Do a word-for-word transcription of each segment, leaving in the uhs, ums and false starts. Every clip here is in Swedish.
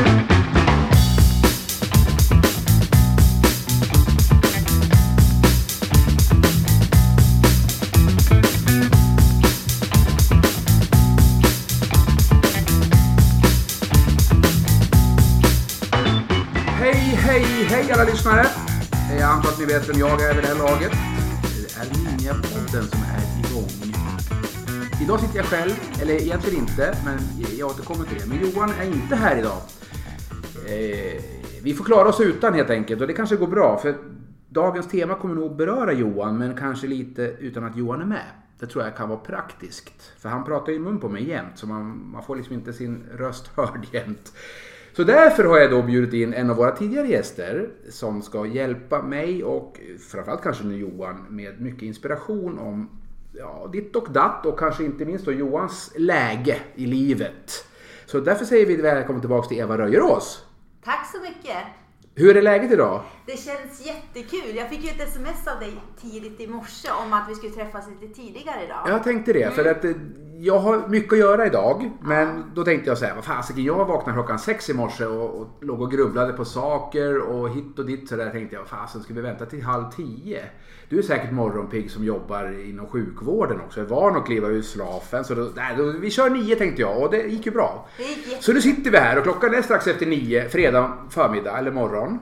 Hej alla lyssnare! Jag antar att ni vet vem jag är vid det här laget. Det är Ninja-podden som är igång. Idag sitter jag själv, eller egentligen inte, men jag återkommer till det. Men Johan är inte här idag. Eh, vi får klara oss utan helt enkelt, och det kanske går bra. För dagens tema kommer nog beröra Johan, men kanske lite utan att Johan är med. Det tror jag kan vara praktiskt. För han pratar ju mun på mig jämt, så man, man får liksom inte sin röst hörd jämt. Så därför har jag då bjudit in en av våra tidigare gäster som ska hjälpa mig och framförallt kanske nu Johan med mycket inspiration om ja, ditt och datt och kanske inte minst då Johans läge i livet. Så därför säger vi välkommen tillbaka till Eva Röjerås. Tack så mycket. Hur är läget idag? Det känns jättekul. Jag fick ju ett sms av dig tidigt i morse om att vi skulle träffas lite tidigare idag. Jag tänkte det, mm. för att jag har mycket att göra idag. Men mm. då tänkte jag så här, vad fasiken, jag vaknade klockan sex i morse och, och låg och grubblade på saker och hit och dit. Så där tänkte jag, vad fasen, ska vi vänta till halv tio? Du är säkert morgonpigg som jobbar inom sjukvården också. Jag var van att kliva ur slafen. Så då, nej, då, vi kör nio tänkte jag och det gick ju bra. Det gick så nu sitter vi här och klockan är strax efter nio, fredag förmiddag eller morgon.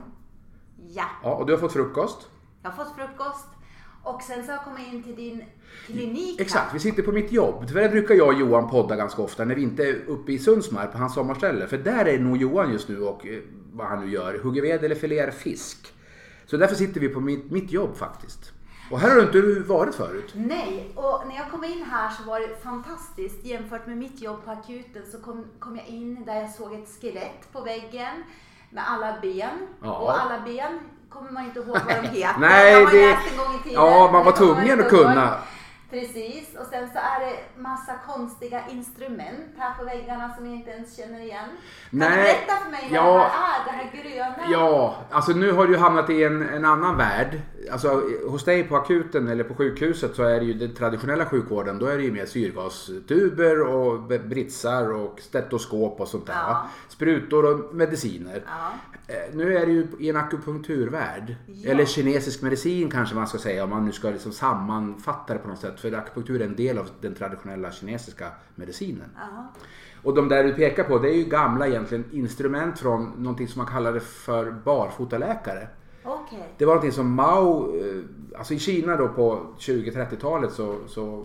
Ja. Ja. Och du har fått frukost? Jag har fått frukost. Och sen så har jag kommit in till din klinik. Exakt, vi sitter på mitt jobb. För där brukar jag och Johan podda ganska ofta när vi inte är uppe i Sundsmark på hans sommarställe. För där är nog Johan just nu och vad han nu gör. Hugger ved eller filerar fisk. Så därför sitter vi på mitt, mitt jobb faktiskt. Och här har du inte varit förut. Nej, och när jag kom in här så var det fantastiskt. Jämfört med mitt jobb på akuten så kom, kom jag in där jag såg ett skelett på väggen. Med alla ben. Ja. Och alla ben kommer man inte ihåg vad de heter. Nej, man det... en gång i tiden. Ja, man var tvungen att kunna. Precis. Och sen så är det massa konstiga instrument här på väggarna som jag inte ens känner igen. Kan Nej. du berätta för mig vad ja. det här är? Det här gröna? Ja, alltså nu har du hamnat i en, en annan värld. Alltså hos dig på akuten eller på sjukhuset så är det ju den traditionella sjukvården. Då är det ju mer syrgastuber och britsar och stetoskop och sånt där. Ja. Sprutor och mediciner. Ja. Nu är det ju i en akupunkturvärld. Ja. Eller kinesisk medicin kanske man ska säga. Om man nu ska liksom sammanfatta det på något sätt. För akupunktur är en del av den traditionella kinesiska medicinen. Ja. Och de där du pekar på, det är ju gamla egentligen instrument från någonting som man kallade för barfotaläkare. Okay. Det var någonting som Mao, alltså i Kina då på tjugo-trettiotalet så, så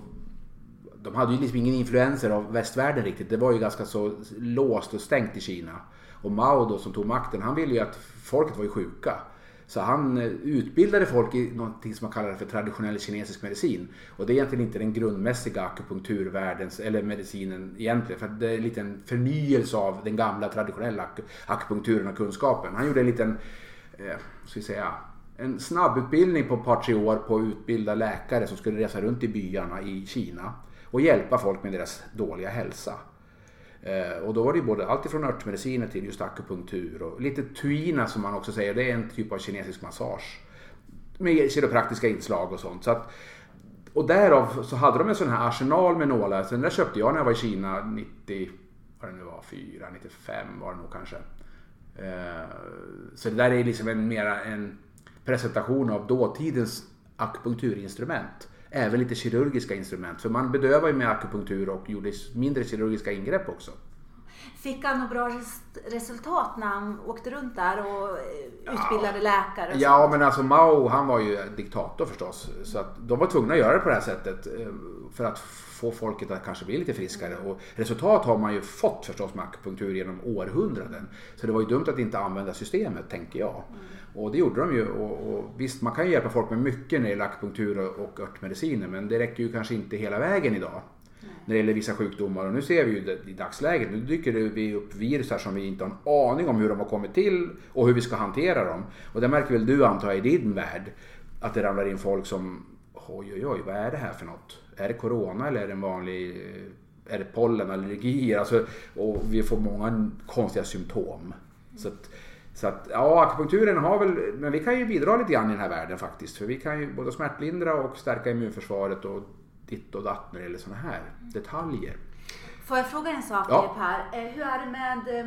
de hade ju liksom ingen influenser av västvärlden riktigt. Det var ju ganska så låst och stängt i Kina. Och Mao då som tog makten, han ville ju att folket var ju sjuka. Så han utbildade folk i någonting som man kallar för traditionell kinesisk medicin. Och det är egentligen inte den grundmässiga akupunkturvärldens eller medicinen egentligen. För det är en liten förnyelse av den gamla traditionella akupunkturen och kunskapen. Han gjorde en liten, eh, ska vi säga, en snabbutbildning på ett par tre år på att utbilda läkare som skulle resa runt i byarna i Kina. Och hjälpa folk med deras dåliga hälsa. Och då var det både allt från örtmediciner till just akupunktur och lite tuina som man också säger, det är en typ av kinesisk massage med kiropraktiska inslag och sånt. Så att, och därav så hade de en sån här arsenal med nålar. Så den där köpte jag när jag var i Kina nittio, vad det nu var, fyra, nittiofem var det nog kanske. Så det där är liksom en mera en presentation av dåtidens akupunkturinstrument. Även lite kirurgiska instrument. För man bedövar ju med akupunktur och gjorde mindre kirurgiska ingrepp också. Fick han något bra resultat när han åkte runt där och utbildade ja. läkare? Och ja, sånt? men alltså Mao, han var ju diktator förstås. Så att de var tvungna att göra det på det här sättet. För att få folket att kanske bli lite friskare. Och resultat har man ju fått förstås med akupunktur genom århundraden. Så det var ju dumt att inte använda systemet, tänker jag. Mm. Och det gjorde de ju. Och, och visst, man kan ju hjälpa folk med mycket när det gäller akupunktur och, och örtmediciner. Men det räcker ju kanske inte hela vägen idag. Nej. När det gäller vissa sjukdomar. Och nu ser vi ju det, i dagsläget. Nu dyker det upp virusar som vi inte har en aning om hur de har kommit till. Och hur vi ska hantera dem. Och det märker väl du, antar jag, i din värld. Att det ramlar in folk som... Oj, oj, oj, vad är det här för något? Är det corona eller är det en vanlig... Är det pollenallergier? Alltså, och vi får många konstiga symptom. Mm. Så att... Så att, ja, akupunkturen har väl, men vi kan ju bidra lite grann i den här världen faktiskt. För vi kan ju både smärtlindra och stärka immunförsvaret och ditt och datt när det gäller sådana här detaljer. Får jag fråga en sak, ja. Per? Hur är det med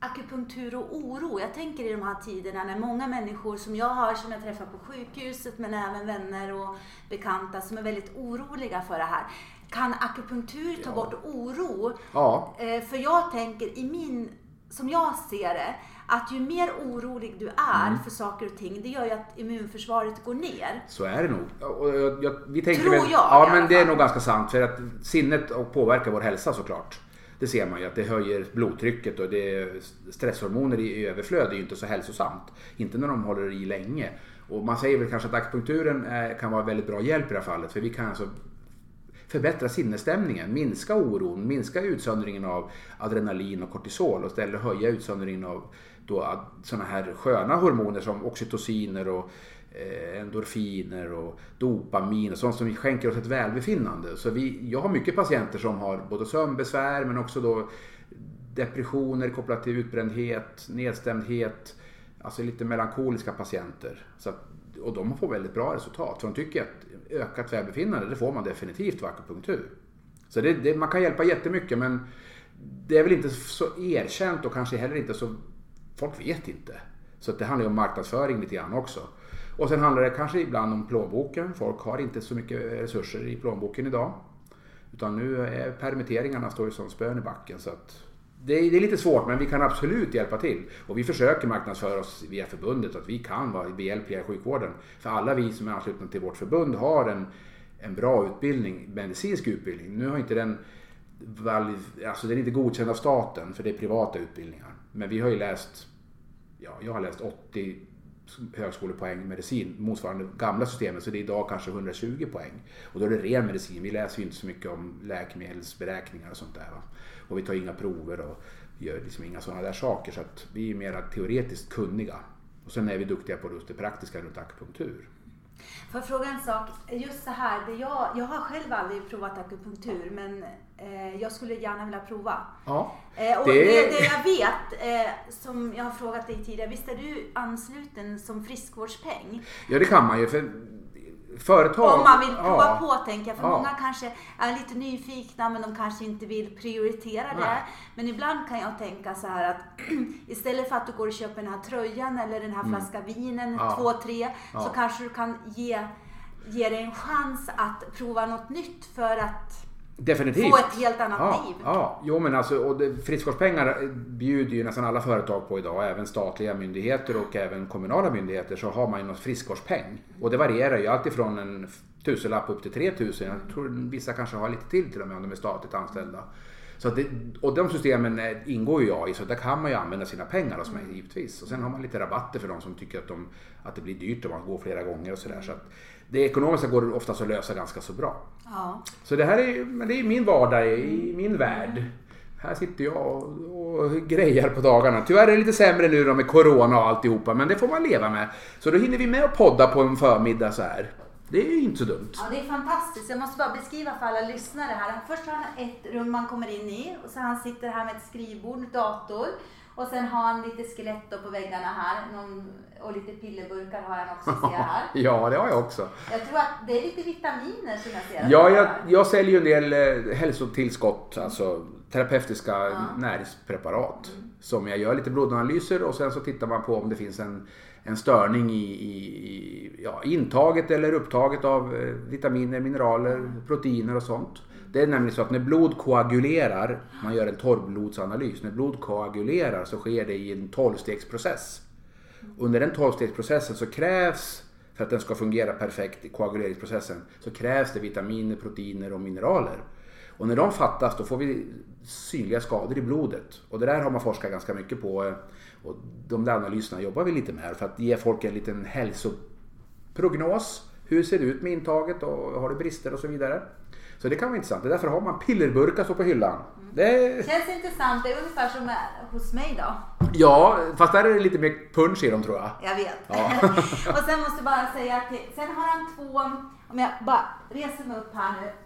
akupunktur och oro. Jag tänker i de här tiderna när många människor som jag har, som jag träffar på sjukhuset, men även vänner och bekanta som är väldigt oroliga för det här. Kan akupunktur ta ja. bort oro? Ja. För jag tänker i min, som jag ser det, att ju mer orolig du är mm. för saker och ting, det gör ju att immunförsvaret går ner. Så är det nog. Och jag, jag, vi tänker Tror väl, jag. Ja, men det är nog ganska sant. För att sinnet påverkar vår hälsa såklart. Det ser man ju, att det höjer blodtrycket och det stresshormoner i överflöd är ju inte så hälsosamt. Inte när de håller i länge. Och man säger väl kanske att akupunkturen är, kan vara väldigt bra hjälp i det här fallet. För vi kan alltså förbättra sinnesstämningen, minska oron, minska utsöndringen av adrenalin och kortisol och istället höja utsöndringen av då såna här sköna hormoner som oxytociner och eh, endorfiner och dopamin och sånt som skänker oss ett välbefinnande. Så vi, jag har mycket patienter som har både sömnbesvär men också då depressioner kopplat till utbrändhet, nedstämdhet, alltså lite melankoliska patienter. Så att, och de får väldigt bra resultat. För de tycker att ökat välbefinnande, det får man definitivt av akupunktur. Så det, det, man kan hjälpa jättemycket, men det är väl inte så erkänt och kanske heller inte så, folk vet inte. Så det handlar ju om marknadsföring lite grann också. Och sen handlar det kanske ibland om plånboken. Folk har inte så mycket resurser i plånboken idag. Utan nu är permitteringarna står ju som spön i backen. Så att det, är, det är lite svårt, men vi kan absolut hjälpa till. Och vi försöker marknadsföra oss via förbundet att vi kan vara behjälpliga i sjukvården. För alla vi som är anslutna till vårt förbund har en, en bra utbildning, medicinsk utbildning. Nu har inte den, alltså den är inte godkänd av staten för det är privata utbildningar. Men vi har ju läst, ja, jag har läst åttio högskolepoäng medicin motsvarande gamla systemet, så det är idag kanske hundratjugo poäng. Och då är det ren medicin. Vi läser ju inte så mycket om läkemedelsberäkningar och sånt där. Va? Och vi tar inga prover och gör liksom inga sådana där saker, så att vi är mer teoretiskt kunniga. Och sen är vi duktiga på just det praktiska runt akupunktur. Får jag fråga en sak? Just så här, det jag, jag har själv aldrig provat akupunktur, men eh, jag skulle gärna vilja prova. Ja, eh, och det... Det, det jag vet, eh, som jag har frågat dig tidigare, visst är du ansluten som friskvårdspeng? Ja, det kan man ju. För företag... Om man vill prova ja. på, tänker jag. För ja. många kanske är lite nyfikna, men de kanske inte vill prioritera det. Nej. Men ibland kan jag tänka så här att istället för att du går och köper den här tröjan eller den här mm. flaskan vinen, ja. två, tre, ja. så kanske du kan ge, ge dig en chans att prova något nytt för att definitivt få ett helt annat ja, liv. Ja, jo men alltså, och det, friskvårdspengar bjuder ju nästan alla företag på idag, även statliga myndigheter och även kommunala myndigheter, så har man ju någon friskvårdspeng. Och det varierar ju alltifrån en tusenlapp upp till tre tusen. Jag tror vissa kanske har lite till till och med om de är statligt anställda. Så att det, och de systemen ingår ju jag i, så där kan man ju använda sina pengar hos mig givetvis. Och sen har man lite rabatter för de som tycker att, de, att det blir dyrt om man går flera gånger och sådär. Så att det ekonomiska går oftast att lösa ganska så bra. Ja. Så det här är, men det är min vardag i min värld. Här sitter jag och, och grejar på dagarna. Tyvärr är det lite sämre nu då med corona och alltihopa, men det får man leva med. Så då hinner vi med att podda på en förmiddag så här. Det är ju inte så dumt. Ja, det är fantastiskt. Jag måste bara beskriva för alla lyssnare här. Först har han ett rum man kommer in i. Och så han sitter här med ett skrivbord, en dator. Och sen har han lite skelett på väggarna här. Någon, och lite pillerburkar har han också, ser här. Ja, det har jag också. Jag tror att det är lite vitaminer som jag ser. Ja, jag, jag säljer ju en del eh, hälsotillskott. Alltså terapeutiska ja. näringspreparat. Mm. Som jag gör lite blodanalyser. Och sen så tittar man på om det finns en... en störning i, i ja, intaget eller upptaget av eh, vitaminer, mineraler, proteiner och sånt. Det är nämligen så att när blod koagulerar, man gör en torrblodsanalys, när blod koagulerar så sker det i en tolvstegsprocess. Under den tolvstegsprocessen så krävs, för att den ska fungera perfekt i koaguleringsprocessen, så krävs det vitaminer, proteiner och mineraler. Och när de fattas då får vi synliga skador i blodet. Och det där har man forskat ganska mycket på. Och de där analyserna jobbar vi lite med för att ge folk en liten hälsoprognos. Hur ser det ut med intaget och har det brister och så vidare. Så det kan vara intressant. Det är därför har man pillerburkar så på hyllan. Mm. Det känns intressant. Det är ungefär som hos mig då. Ja, fast där är det lite mer punch i dem tror jag. Jag vet. Ja. Och sen måste jag bara säga att sen har han två, om jag bara reser mig upp här nu.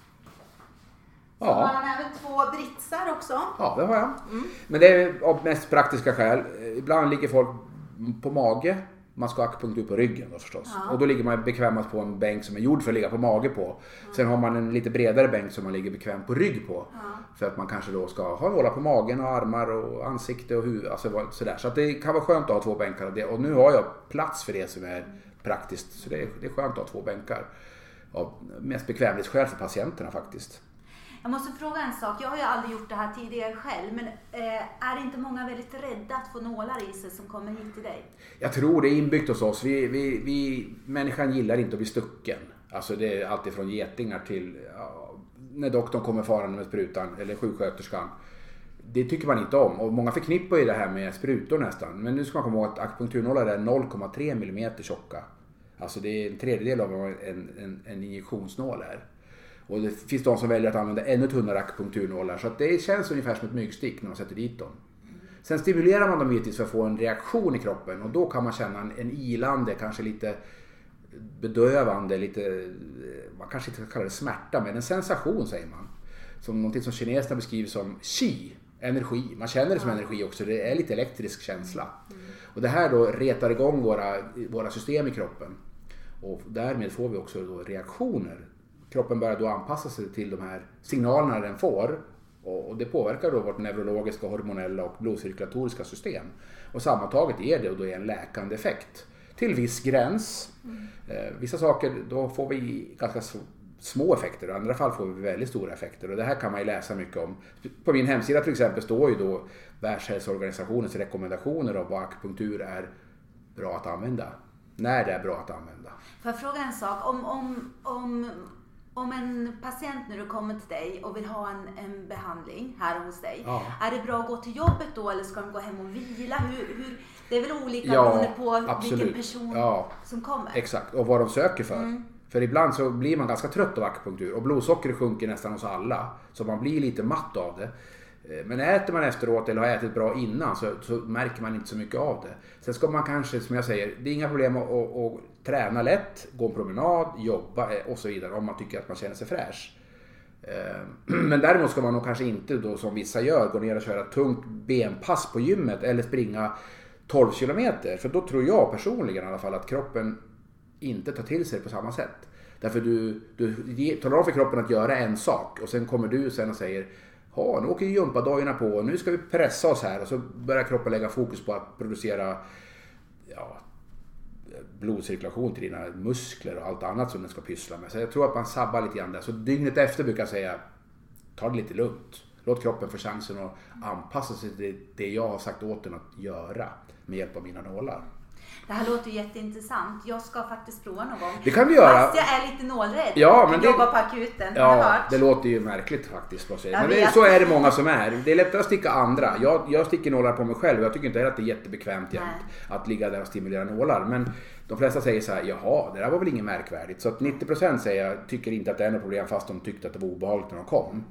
Så ja. Har han även två britsar också. Ja, det har jag. Mm. Men det är av mest praktiska skäl. Ibland ligger folk på mage man ska ha akupunktur på ryggen då förstås. Ja. Och då ligger man bekvämast på en bänk som är gjord för att ligga på mage på. Ja. Sen har man en lite bredare bänk som man ligger bekvämt på rygg på. Ja. För att man kanske då ska ha nålar på magen och armar och ansikte och huvud. Alltså sådär. Så att det kan vara skönt att ha två bänkar. Och, det, och nu har jag plats för det som är praktiskt. Så det är, det är skönt att ha två bänkar. Av mest bekvämlighetsskäl för patienterna faktiskt. Jag måste fråga en sak. Jag har ju aldrig gjort det här tidigare själv. Men eh, är inte många väldigt rädda att få nålar i sig som kommer hit till dig? Jag tror det är inbyggt hos oss. Vi, vi, vi, människan gillar inte att bli stucken. Alltså det är alltid från getingar till ja, när doktorn kommer farande med sprutan eller sjuksköterskan. Det tycker man inte om. Och många förknippar ju det här med sprutor nästan. Men nu ska man komma ihåg att akupunkturnålar är noll komma tre millimeter tjocka. Alltså det är en tredjedel av vad en, en, en injektionsnål är. Och det finns de som väljer att använda ännu tunnare akupunkturnålar. Så att det känns ungefär som ett mygstick när man sätter dit dem. Sen stimulerar man dem givetvis för att få en reaktion i kroppen. Och då kan man känna en, en ilande, kanske lite bedövande, lite, man kanske inte ska kalla det smärta, men en sensation säger man. Som någonting som kineserna beskriver som qi, energi. Man känner det som energi också, det är lite elektrisk känsla. Och det här då retar igång våra, våra system i kroppen. Och därmed får vi också då reaktioner. Kroppen börjar då anpassa sig till de här signalerna den får. Och det påverkar då vårt neurologiska, hormonella och blodcirkulatoriska system. Och sammantaget ger det då en läkande effekt. Till viss gräns. Mm. Eh, vissa saker då får vi ganska små effekter. I andra fall får vi väldigt stora effekter. Och det här kan man ju läsa mycket om. På min hemsida till exempel står ju då Världshälsoorganisationens rekommendationer om vad akupunktur är bra att använda. När det är bra att använda. Får jag fråga en sak? Om, om, om, om en patient nu kommer till dig och vill ha en, en behandling här hos dig. Ja. Är det bra att gå till jobbet då eller ska de gå hem och vila? Hur, hur, det är väl olika ja, beroende på absolut. Vilken person ja, som kommer? Exakt, och vad de söker för. Mm. För ibland så blir man ganska trött av akupunktur och blodsocker sjunker nästan hos alla. Så man blir lite matt av det. Men äter man efteråt eller har ätit bra innan så, så märker man inte så mycket av det. Sen ska man kanske, som jag säger, det är inga problem att, att, att träna lätt, gå en promenad, jobba och så vidare om man tycker att man känner sig fräsch. Men däremot ska man nog kanske inte då som vissa gör gå ner och köra tungt benpass på gymmet eller springa tolv kilometer. För då tror jag personligen i alla fall att kroppen inte tar till sig på samma sätt. Därför du, du talar om för kroppen att göra en sak och sen kommer du sen och säger ja, nu åker ju gympadojorna på och nu ska vi pressa oss här och så börjar kroppen lägga fokus på att producera ja, blodcirkulation till dina muskler och allt annat som den ska pyssla med. Så jag tror att man sabbar lite grann där. Så dygnet efter brukar jag säga ta det lite lugnt. Låt kroppen få chansen att anpassa sig till det jag har sagt åt den att göra med hjälp av mina nålar. Det här låter ju jätteintressant. Jag ska faktiskt prova någon gång. Det kan du göra. Fast jag är lite nålrädd. Ja, men jag jobbar på akuten. Ja, det låter ju märkligt faktiskt. Men det, så är det många som är. Det är lättare att sticka andra. Jag, jag sticker nålar på mig själv. Jag tycker inte heller att det är jättebekvämt jämt att ligga där och stimulera nålar. Men de flesta säger så här, jaha, det där var väl inget märkvärdigt. Så att nittio procent säger jag tycker inte att det är något problem fast de tyckte att det var obehagligt när de kom.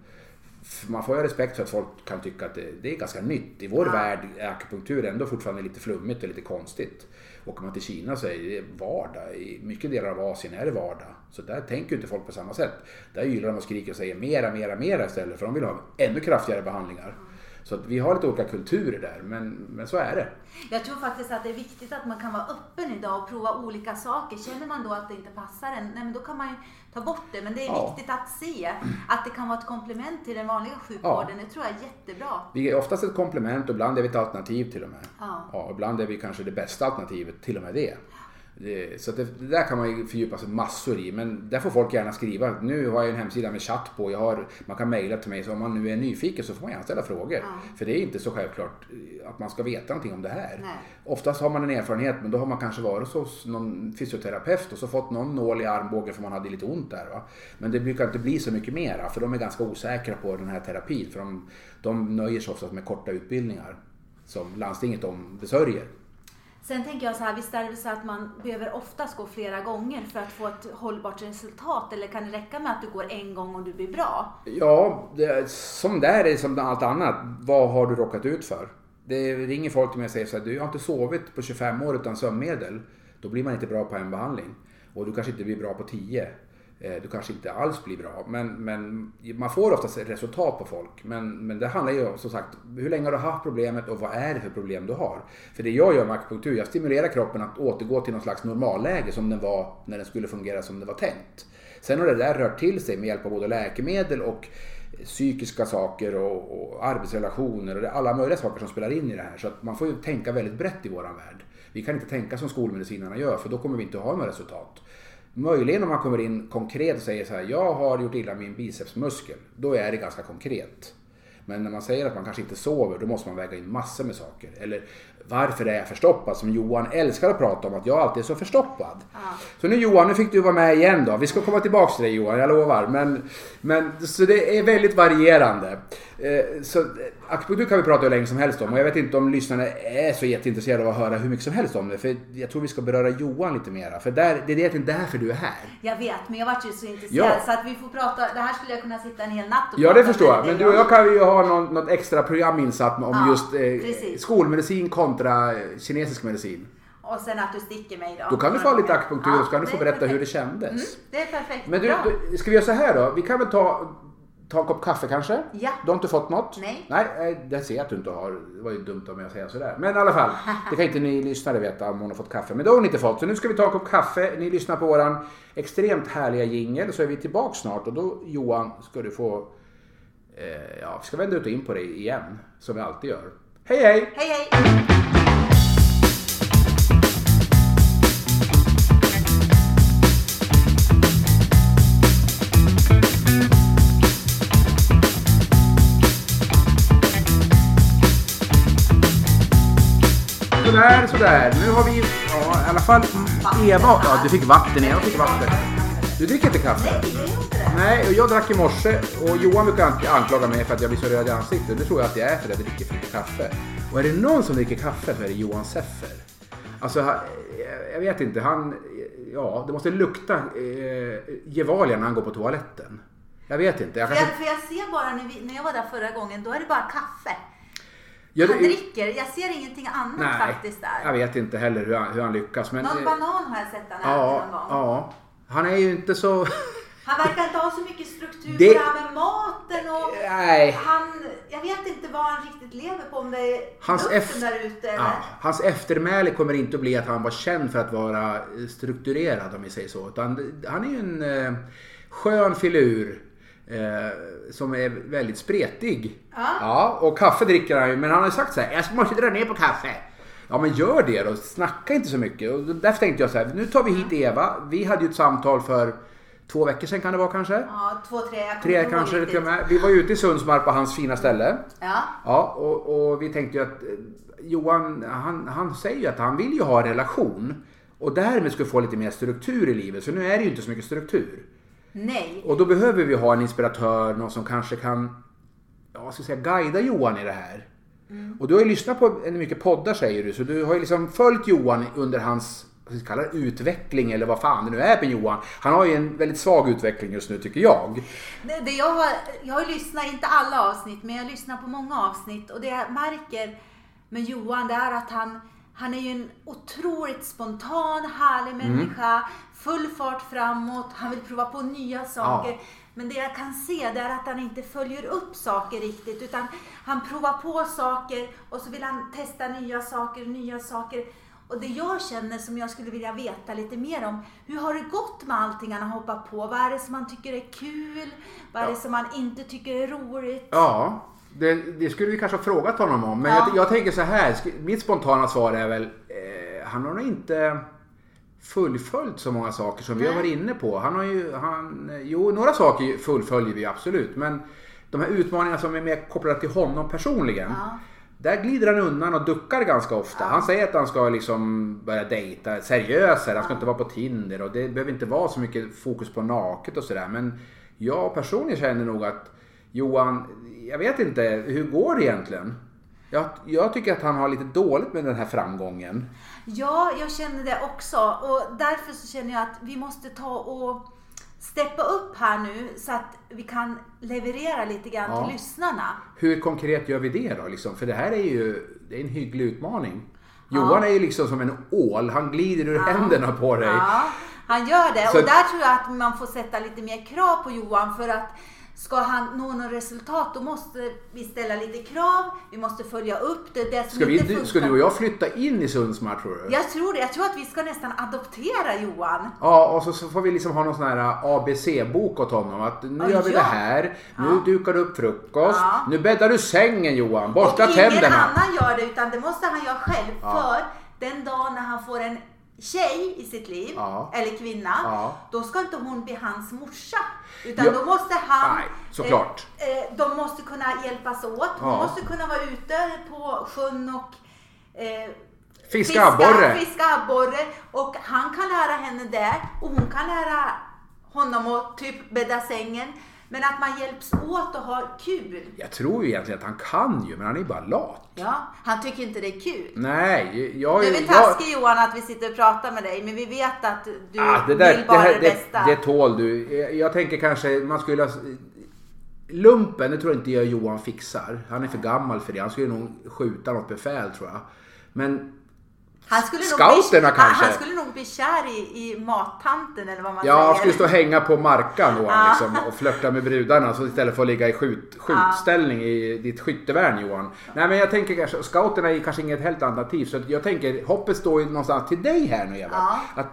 Man får ju respekt för att folk kan tycka att det, det är ganska nytt. I vår ja. värld är akupunktur ändå fortfarande lite flummigt och lite konstigt. Åker man till Kina så är det vardag. I mycket delar av Asien är det vardag. Så där tänker inte folk på samma sätt. Där gillar de att skrika och säga mera, mera, mera istället. För de vill ha ännu kraftigare behandlingar. Mm. Så att vi har lite olika kulturer där. Men, men så är det. Jag tror faktiskt att det är viktigt att man kan vara öppen idag och prova olika saker. Känner man då att det inte passar en, nej men då kan man ju ta bort det. Men det är ja. viktigt att se att det kan vara ett komplement till den vanliga sjukvården. Ja. Det tror jag är jättebra. Vi är oftast ett komplement och ibland är vi ett alternativ till och med. Ja. Ja, ibland är vi kanske det bästa alternativet, till och med det. Det, så det, det där kan man ju fördjupa sig massor i. Men där får folk gärna skriva. Nu har jag en hemsida med chatt på. Jag har, man kan mejla till mig. Så om man nu är nyfiken så får man gärna ställa frågor. Ja. För det är inte så självklart att man ska veta någonting om det här. Nej. Oftast har man en erfarenhet. Men då har man kanske varit hos någon fysioterapeut. Och så fått någon nål i armbågen för man hade lite ont där. Va? Men det brukar inte bli så mycket mera. För de är ganska osäkra på den här terapin. För de, de nöjer sig oftast med korta utbildningar. Som landstinget ombesörjer. Sen tänker jag så här, visst är det så att man behöver oftast gå flera gånger för att få ett hållbart resultat? Eller kan det räcka med att du går en gång och du blir bra? Ja, det, som det är som allt annat. Vad har du råkat ut för? Det ringer folk till mig och säger så här, du har inte sovit på tjugofem år utan sömnmedel. Då blir man inte bra på en behandling. Och du kanske inte blir bra på tio. Du kanske inte alls blir bra, men, men man får oftast ett resultat på folk. Men, men det handlar ju om, som sagt, hur länge har du haft problemet och vad är det för problem du har? För det jag gör med akupunktur, jag stimulerar kroppen att återgå till någon slags normalläge som den var när den skulle fungera som det var tänkt. Sen har det där rört till sig med hjälp av både läkemedel och psykiska saker och, och arbetsrelationer och det är alla möjliga saker som spelar in i det här. Så att man får ju tänka väldigt brett i våran värld. Vi kan inte tänka som skolmedicinerna gör, för då kommer vi inte ha några resultat. Möjligen om man kommer in konkret och säger så här: jag har gjort illa min bicepsmuskel, då är det ganska konkret. Men när man säger att man kanske inte sover, då måste man väga in massor med saker. Eller varför är jag förstoppad, som Johan älskar att prata om, att jag alltid är så förstoppad. Ja. Så nu Johan, nu fick du vara med igen då. Vi ska komma tillbaka till dig Johan, jag lovar. Men, men så det är väldigt varierande. Eh, så akupunktur kan vi prata hur länge som helst om. Och jag vet inte om lyssnarna är så jätteintresserade av att höra hur mycket som helst om det. För jag tror vi ska beröra Johan lite mera. För där, det är det därför du är här. Jag vet, men jag var ju så intresserad. Ja. Så att vi får prata, det här skulle jag kunna sitta en hel natt och ja, prata. Ja, det förstår jag. Men du och jag kan ju ha någon, något extra program insatt om ja, just eh, skolmedicin kontra kinesisk medicin. Och sen att du sticker mig då. Då kan du få lite akupunktur ja, och så kan du få berätta perfekt. hur det kändes. Mm, det är perfekt. Men du, du, ska vi göra så här då? Vi kan väl ta, ta en kopp kaffe kanske? Ja. Du har inte fått något? Nej. Nej, det ser jag att du inte har. Det var ju dumt om jag säger sådär. Men i alla fall, det kan inte ni lyssnare veta om hon har fått kaffe. Men det har hon inte fått. Så nu ska vi ta en kopp kaffe. Ni lyssnar på våran extremt härliga jingle. Så är vi tillbaka snart. Och då, Johan, ska du få... Eh, ja, vi ska vända ut och in på dig igen. Som vi alltid gör. Hej, hej! Hej, hej! Sådär, sådär. Nu har vi ja, i alla fall Eva. Ja, du fick vatten. Eva fick vatten. Du dricker inte kaffe? Nej, det är inte det. Nej, och jag drack i morse. Och Johan brukar anklaga mig för att jag blir så röd i ansiktet. Det tror jag att jag är för att jag dricker för mycket kaffe. Och är det någon som dricker kaffe så är det Johan Seffer. Alltså, jag vet inte. Han, ja, det måste lukta eh, gevalia när han går på toaletten. Jag vet inte. Jag för, kanske... jag, för jag ser bara, när, vi, när jag var där förra gången, då är det bara kaffe. Ja, det... Han dricker, jag ser ingenting annat. Nej, faktiskt där. Jag vet inte heller hur han, hur han lyckas. Men... Någon banan har jag sett han ja, någon gång. Ja, han är ju inte så... Han verkar inte ha så mycket struktur det... på det här med maten och Nej. Han, jag vet inte vad han riktigt lever på, om det är hans luften eft... där ute eller? Ja, hans eftermäle kommer inte att bli att han var känd för att vara strukturerad, om vi säger så. Utan han är ju en eh, skön filur. Eh, som är väldigt spretig. Ja. Ja, och kaffe dricker han ju. Men han har ju sagt så här: jag måste dra ner på kaffe. Ja, men gör det då. Snacka inte så mycket. Och därför tänkte jag så här: nu tar vi hit Eva. Vi hade ju ett samtal för två veckor sedan, kan det vara kanske? Ja, två, tre. Jag tre kanske till och med. Vi var ute i Sundsmark på hans fina ställe. Ja. Ja, och, och vi tänkte ju att Johan, han, han säger ju att han vill ju ha en relation. Och därmed ska få lite mer struktur i livet. Så nu är det ju inte så mycket struktur. Nej. Och då behöver vi ha en inspiratör, någon som kanske kan, ja, ska säga, guida Johan i det här. Mm. Och du har ju lyssnat på en mycket poddar, säger du, så du har ju liksom följt Johan under hans, vad ska vi kalla det, utveckling, eller vad fan det nu är med Johan. Han har ju en väldigt svag utveckling just nu, tycker jag. Det, det jag, har, jag har lyssnat, inte alla avsnitt, men jag lyssnar på många avsnitt. Och det jag märker med Johan, det är att han Han är ju en otroligt spontan, härlig människa. Mm. Full fart framåt. Han vill prova på nya saker. Ja. Men det jag kan se, det är att han inte följer upp saker riktigt. Utan han provar på saker och så vill han testa nya saker, nya saker. Och det jag känner, som jag skulle vilja veta lite mer om: hur har det gått med allting han har hoppat på? Vad är det som han tycker är kul? Vad är ja. det som han inte tycker är roligt? Ja. Det, det skulle vi kanske ha frågat honom om. Men ja. jag, jag tänker så här. Mitt spontana svar är väl eh, han har nog inte fullföljt så många saker som Nej. vi har varit inne på. Han har ju, han, jo, några saker fullföljer vi absolut. Men de här utmaningarna som är mer kopplade till honom personligen. Ja. Där glider han undan och duckar ganska ofta. Ja. Han säger att han ska liksom börja dejta seriösare. Han ska ja. inte vara på Tinder. Och det behöver inte vara så mycket fokus på naket och sådär. Men jag personligen känner nog att Johan, jag vet inte, hur går det egentligen? Jag, jag tycker att han har lite dåligt med den här framgången. Ja, jag känner det också. Och därför så känner jag att vi måste ta och steppa upp här nu så att vi kan leverera lite grann ja. till lyssnarna. Hur konkret gör vi det då? Liksom? För det här är ju det är en hygglig utmaning. Johan ja. är ju liksom som en ål. Han glider ur ja. händerna på dig. Ja. Han gör det. Så... Och där tror jag att man får sätta lite mer krav på Johan. För att ska han nå något resultat, då måste vi ställa lite krav. Vi måste följa upp det. det som ska, vi, inte du, ska du och jag flytta in i Sundsmar, tror du? Jag tror det. Jag tror att vi ska nästan adoptera Johan. Ja, och så, så får vi liksom ha någon sån här A B C-bok åt honom. Att nu ja, gör vi ja. det här. Nu ja. dukar du upp frukost. Ja. Nu bäddar du sängen, Johan. Borsta tänderna. Och ingen annan gör det, utan det måste han göra själv. Ja. För den dagen när han får en tjej i sitt liv, ja. eller kvinna, ja. då ska inte hon bli hans morsa. Utan ja. då måste han... Nej, såklart. Eh, de måste kunna hjälpas åt. Hon ja. måste kunna vara ute på sjön och... Eh, fiska abborre. Fiska abborre. Och han kan lära henne det. Och hon kan lära honom att typ bädda sängen. Men att man hjälps åt och har kul. Jag tror ju egentligen att han kan ju, men han är bara lat. Ja, han tycker inte det är kul. Nej, jag... Nu är vi taskig, Johan, att vi sitter och pratar med dig. Men vi vet att du ah, det där, vill bara det, här, det bästa. Det, det tål du. Jag, jag tänker kanske man skulle... Lumpen, det tror jag inte jag Johan fixar. Han är för gammal för det. Han skulle nog skjuta något befäl, tror jag. Men... Han skulle, Scouterna nog bli, kanske. Han skulle nog bli kär i, i mattanten eller vad man ja, säger. Ja, han skulle stå och hänga på markan då, ja. liksom, och flörta med brudarna så istället för att ligga i skjut, skjutställning ja. i ditt skyttevärn, Johan. Ja. Nej, men jag tänker kanske, scouterna är kanske inget helt alternativ. Så jag tänker, hoppet står ju någonstans till dig här nu, Eva. Ja. Att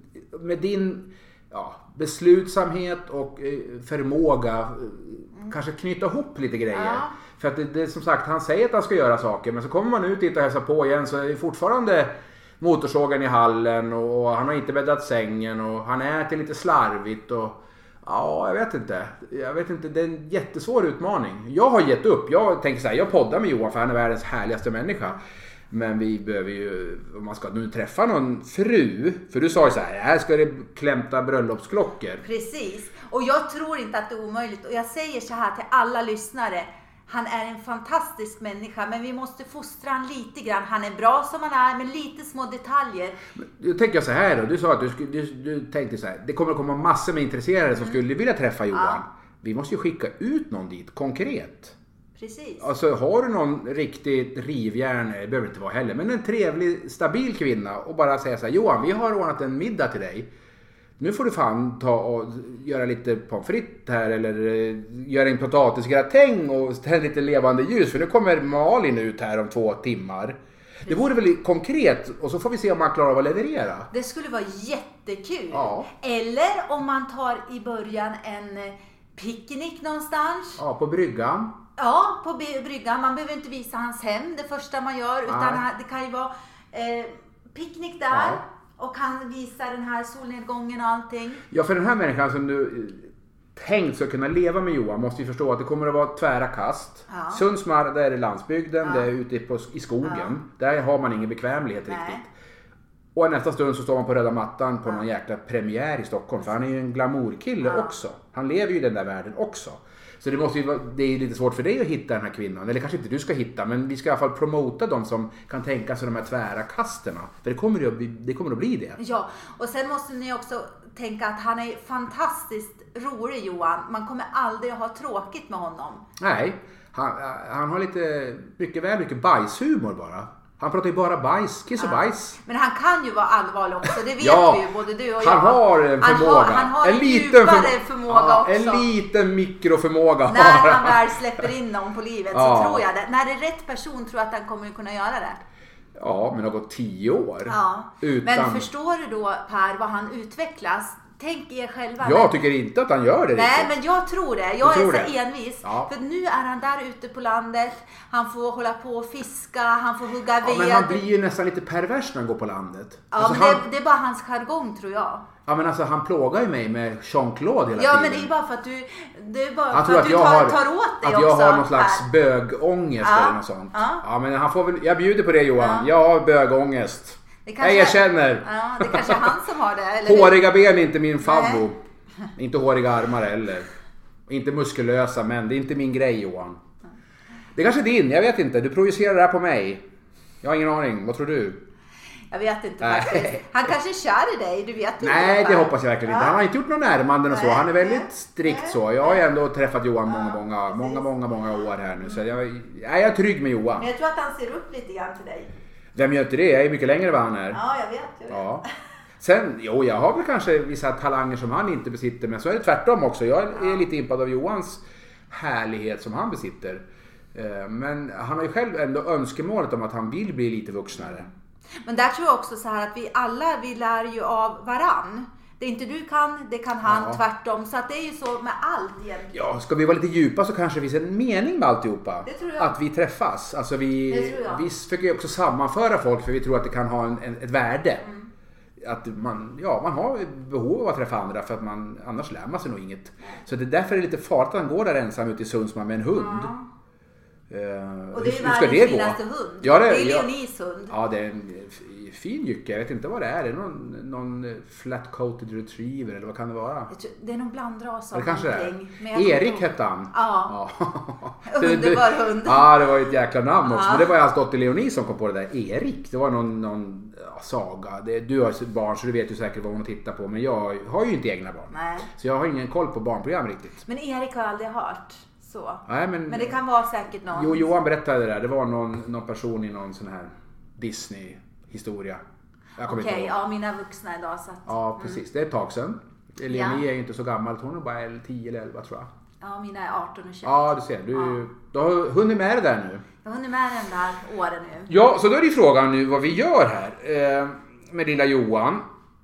med din ja, beslutsamhet och förmåga mm. kanske knyta ihop lite grejer. Ja. För att det, det som sagt, han säger att han ska göra saker, men så kommer man ut dit och hälsar på igen så är det fortfarande motorsågen i hallen och han har inte bäddat sängen och han äter lite slarvigt och ja, jag vet inte. Jag vet inte, det är en jättesvår utmaning. Jag har gett upp. Jag tänker så här, jag poddar med Johan för han är världens härligaste människa. Men vi behöver ju, om man ska nu träffa någon fru, för du sa ju så här, här ska det klämta bröllopsklockor. Precis, och jag tror inte att det är omöjligt. Och jag säger så här till alla lyssnare, han är en fantastisk människa, men vi måste fostra han lite grann. Han är bra som han är, men lite små detaljer. Jag tänker så här då, du sa att du, du, du tänkte så här, det kommer att komma massor med intresserade mm. som skulle vilja träffa Johan. Ja. Vi måste ju skicka ut någon dit, konkret. Precis. Alltså har du någon riktigt rivjärn, det behöver inte vara heller, men en trevlig, stabil kvinna och bara säga så här, Johan, vi har ordnat en middag till dig. Nu får du fan ta och göra lite pommes frites här eller göra en potatisgratäng och tänd lite levande ljus, för nu kommer Malin ut här om två timmar. Precis. Det vore väl konkret och så får vi se om man klarar av att leverera. Det skulle vara jättekul. Ja. Eller om man tar i början en picknick någonstans. Ja, på bryggan. Ja, på bryggan. Man behöver inte visa hans hem det första man gör. Utan Nej. det kan ju vara eh, picknick där. Ja. Och han visar den här solnedgången och allting. Ja, för den här människan som du tänkt ska kunna leva med Johan måste ju förstå att det kommer att vara tvära kast. Ja. Sundsmar, där är det landsbygden. Ja. Det är ute på, i skogen. Ja. Där har man ingen bekvämlighet Nej. riktigt. Och nästa stund så står man på röda mattan på ja. någon jäkla premiär i Stockholm. För han är ju en glamourkille ja. också. Han lever ju i den där världen också. Så det, måste ju vara, det är lite svårt för dig att hitta den här kvinnan. Eller kanske inte du ska hitta, men vi ska i alla fall promota de som kan tänka sig de här tvära kasterna. För det kommer att bli det. Kommer att bli det. Ja, och sen måste ni också tänka att han är fantastiskt rolig, Johan. Man kommer aldrig att ha tråkigt med honom. Nej, han, han har lite, mycket väl mycket bajshumor bara. Han pratar ju bara bajs, kiss och ja. bajs. Men han kan ju vara allvarlig också, det vet ja, vi ju, både du och jag. Han har en förmåga. Han har, han har en, en liten förmåga, förmåga ja, också. En liten mikroförmåga. När han väl släpper in någon på livet ja. så tror jag det. När det är rätt person tror jag att han kommer kunna göra det. Ja, men det har gått tio år. Ja. Utan... Men förstår du då, Per, vad han utvecklas? Tänk er själva. Jag men... tycker inte att han gör det. Nej, riktigt. Men jag tror det. Jag tror är så det. envis. Ja. För nu är han där ute på landet. Han får hålla på och fiska. Han får hugga ved. Ja, men han blir ju nästan lite pervers när han går på landet. Ja, alltså, men han... det, det är bara hans jargong, tror jag. Ja, men alltså han plågar ju mig med Jean-Claude hela ja, tiden. Ja, men det är ju bara för att du, det är bara för att, att du tar, har, tar åt dig att också. Att jag har någon slags här. bögångest ja. eller något sånt. Ja. ja, men han får väl, jag bjuder på det, Johan. Ja. Jag har bögångest. Kanske, jag erkänner. Ja, det kanske är han som har det. Eller håriga ben är inte min favvo. Inte håriga armar heller. Inte muskulösa, men det är inte min grej, Johan. Det är kanske din, jag vet inte. Du projicerar det här på mig. Jag har ingen aning, vad tror du? Jag vet inte faktiskt. Han kanske är kär i dig, du vet ju. Nej, det hoppas jag verkligen inte. Han har inte gjort någon närmanden och så. Han är väldigt strikt så. Jag har ju ändå träffat Johan många, många, många, många, många år här nu. Så jag, jag är trygg med Johan. Men jag tror att han ser upp lite grann till dig. Vem gör inte det? Jag är mycket längre än vad han är. Ja, jag vet. Jag vet. Ja. Sen, jo, jag har väl kanske vissa talanger som han inte besitter, men så är det tvärtom också. Jag är lite impad av Johans härlighet som han besitter. Men han har ju själv ändå önskemålet om att han vill bli lite vuxnare. Men där tror jag också så här att vi alla, vi lär ju av varann. Det inte du kan, det kan han, ja. Tvärtom. Så att det är ju så med allt egentligen. Ja, ska vi vara lite djupa så kanske det finns en mening med alltihopa. Det tror jag. Att vi träffas. Alltså vi, vi försöker också sammanföra folk för vi tror att det kan ha en, en, ett värde. Mm. Att man, ja, man har behov av att träffa andra för att man, annars lär man sig nog inget. Så det är därför är det lite farligt att han går där ensam ut i Sundsvall med en hund. Ja. Uh, och det är världens finaste hund. Ja, det, det är Leonis hund. Ja, det är en fin jycke. Jag vet inte vad det är. Det är någon, någon flat-coated retriever eller vad kan det vara? Det är någon blandras av kanske någonting. Erik hette han. Ja. ja. Underbar hund. Ja, det var ett jäkla namn också. Ja. Men det var ju hans dotter Leonie som kom på det där. Erik. Det var någon, någon ja, saga. Det, du har barn så du vet ju säkert vad hon tittar på. Men jag har ju inte egna barn. Nej. Så jag har ingen koll på barnprogram riktigt. Men Erik har jag aldrig hört. Så. Nej, men, men det kan vara säkert någon. Jo, Johan berättade det där. Det var någon, någon person i någon sån här Disney-historia. Okej, okay, ja, mina vuxna idag. Så att, ja, precis. Mm. Det är ett tag sedan. Leonie ja. är ju inte så gammal. Hon är bara tio eller elva tror jag. Ja, mina är arton och tjugo. Ja, du ser. Du, ja. du har hunnit med det där nu. Jag har hunnit med den där åren nu. Ja, så då är det frågan nu vad vi gör här eh, med lilla Johan.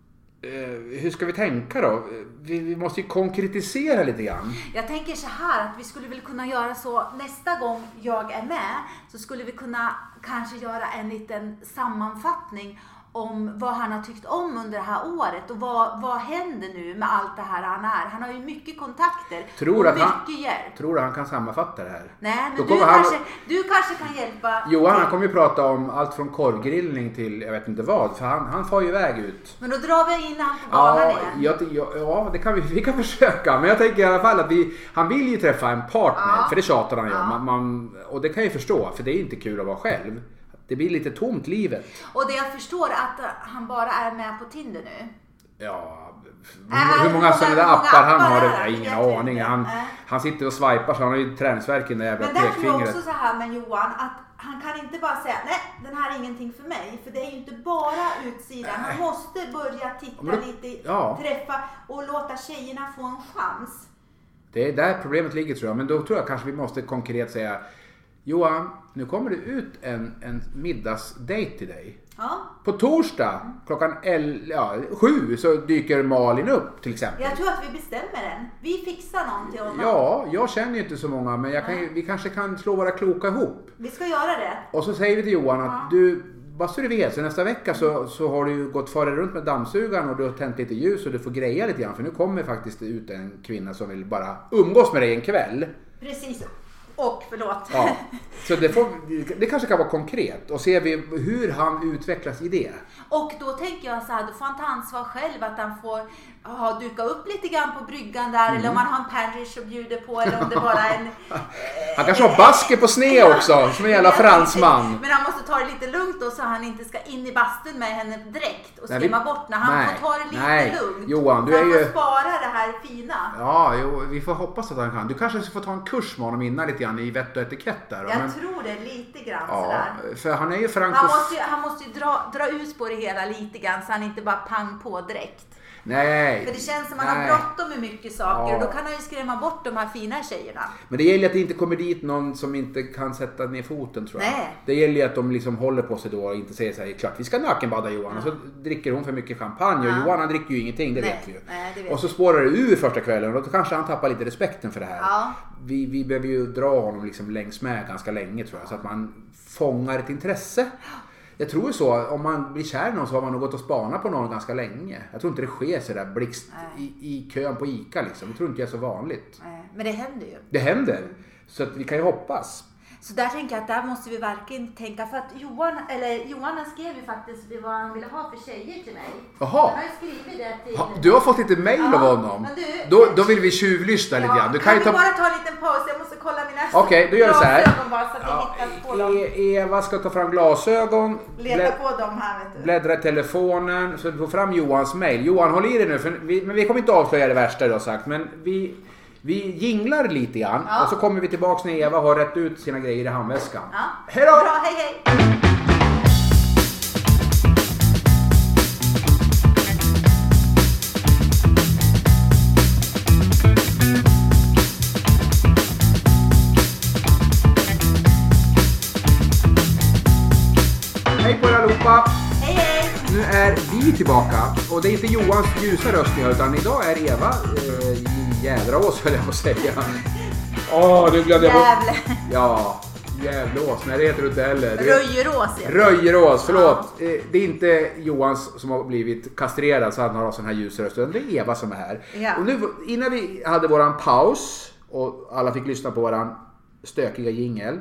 Eh, hur ska vi tänka då? Vi, vi måste ju konkretisera lite grann. Jag tänker så här att vi skulle väl kunna göra så nästa gång jag är med så skulle vi kunna kanske göra en liten sammanfattning om vad han har tyckt om under det här året och vad, vad händer nu med allt det här han är. Han har ju mycket kontakter tror och att mycket han, hjälp. Tror du han kan sammanfatta det här? Nej, men du kanske, han, du kanske kan hjälpa. Johan han kommer ju prata om allt från korvgrillning till jag vet inte vad. För han, han får ju iväg ut. Men då drar vi in han på banan ja, igen. Ja, ja, det kan vi, vi kan försöka. Men jag tänker i alla fall att vi, han vill ju träffa en partner. Ja. För det tjatar han ju ja. man, man, och det kan jag ju förstå. För det är inte kul att vara själv. Det blir lite tomt livet. Och det jag förstår att han bara är med på Tinder nu. Ja, hur, hur många sådana där appar han har, det är ingen aning. Han, han sitter och swipar så han har ju träningsvärk i den jävla pekfingret. Men där tror jag också så här med Johan att han kan inte bara säga nej, den här är ingenting för mig. För det är ju inte bara utsidan. Han måste börja titta då, lite, ja. träffa och låta tjejerna få en chans. Det är där problemet ligger tror jag. Men då tror jag kanske vi måste konkret säga Johan, nu kommer det ut en, en middagsdate till dig. Ja. På torsdag klockan el, ja, sju så dyker Malin upp till exempel. Jag tror att vi bestämmer den. Vi fixar någon till honom. Ja, jag känner ju inte så många men jag kan, vi kanske kan slå våra kloka ihop. Vi ska göra det. Och så säger vi till Johan att ja. du, bara så du vet, så nästa vecka så, så har du gått före runt med dammsugaren och du har tänt lite ljus och du får greja lite grann. För nu kommer faktiskt ut en kvinna som vill bara umgås med dig en kväll. Precis. Och förlåt. Ja, så det, får, det kanske kan vara konkret och ser vi hur han utvecklas i det. Och då tänker jag så här, då får han ta ansvar själv att han får ha, duka upp lite grann på bryggan där mm. eller om man har en parish och bjuder på eller om det bara är en... han kanske har basker på sned också som en jävla fransman. Men han måste ta det lite lugnt då så han inte ska in i bastun med henne direkt och skrämma vi, bort när han nej, får ta det lite nej. lugnt. Johan, du så är han ju... får spara det här fina. Ja, jo, vi får hoppas att han kan. Du kanske får ta en kurs med honom innan lite grann i vett och etikett där. Jag men... tror det lite grann ja, sådär. För han är ju frankos... Han måste ju, han måste ju dra, dra ut på det hela lite grann så han inte bara pang på direkt. Nej. För det känns som att man har bråttom med mycket saker ja. och då kan han ju skrämma bort de här fina tjejerna. Men det gäller att det inte kommer dit någon som inte kan sätta ner foten tror jag. Nej. Det gäller ju att de liksom håller på sig då och inte säger så här, klart vi ska nakenbada Johan. Ja. Och så dricker hon för mycket champagne och ja. Johan han dricker ju ingenting, det Nej. vet vi ju. Nej, det vet och så spårar det ur första kvällen och då kanske han tappar lite respekten för det här. Ja. Vi, vi behöver ju dra honom liksom längs med ganska länge tror jag så att man fångar ett intresse. Jag tror så, om man blir kär någon så har man nog gått och spanat på någon ganska länge. Jag tror inte det sker så där blixt i, i kön på Ica liksom. Jag tror inte det är så vanligt. Nej, men det händer ju. Det händer, så att vi kan ju hoppas. Så där tänker jag att där måste vi verkligen tänka för att Johan, eller Johan skrev ju faktiskt vad han ville ha för tjejer till mig. Jaha. Han har ju skrivit det till... Ha, du har fått lite mejl ja, av honom. Du, då, då vill vi tjuvlyssna ja, lite grann. Du kan, kan vi ta... bara ta en liten paus? Jag måste kolla mina Okej, då gör vi så här. Bara, så att ja, på dem. Eva ska ta fram glasögon. Leta blä... på dem här vet du. Bläddra i telefonen så du får fram Johans mejl. Johan, håll i dig nu. För vi, men vi kommer inte avslöja det värsta du har sagt. Men vi... Vi jinglar lite grann ja. och så kommer vi tillbaka när Eva har rätt ut sina grejer i handväskan. Ja. Hej då! Bra, hej hej! nu är vi tillbaka. Och det är inte Johans ljusa röst ni hör, utan idag är Eva eh, Jädrås, höll jag på att säga. Åh, du glömde jag bort. Gävle. Ja, Jävlås. Nej, det heter du inte heller. Röjerås. Röjerås, förlåt. Ja. Det är inte Johans som har blivit kastrerad så han har sån här ljusröst. Det är Eva som är här. Ja. Och nu, innan vi hade våran paus och alla fick lyssna på våran stökiga jingle,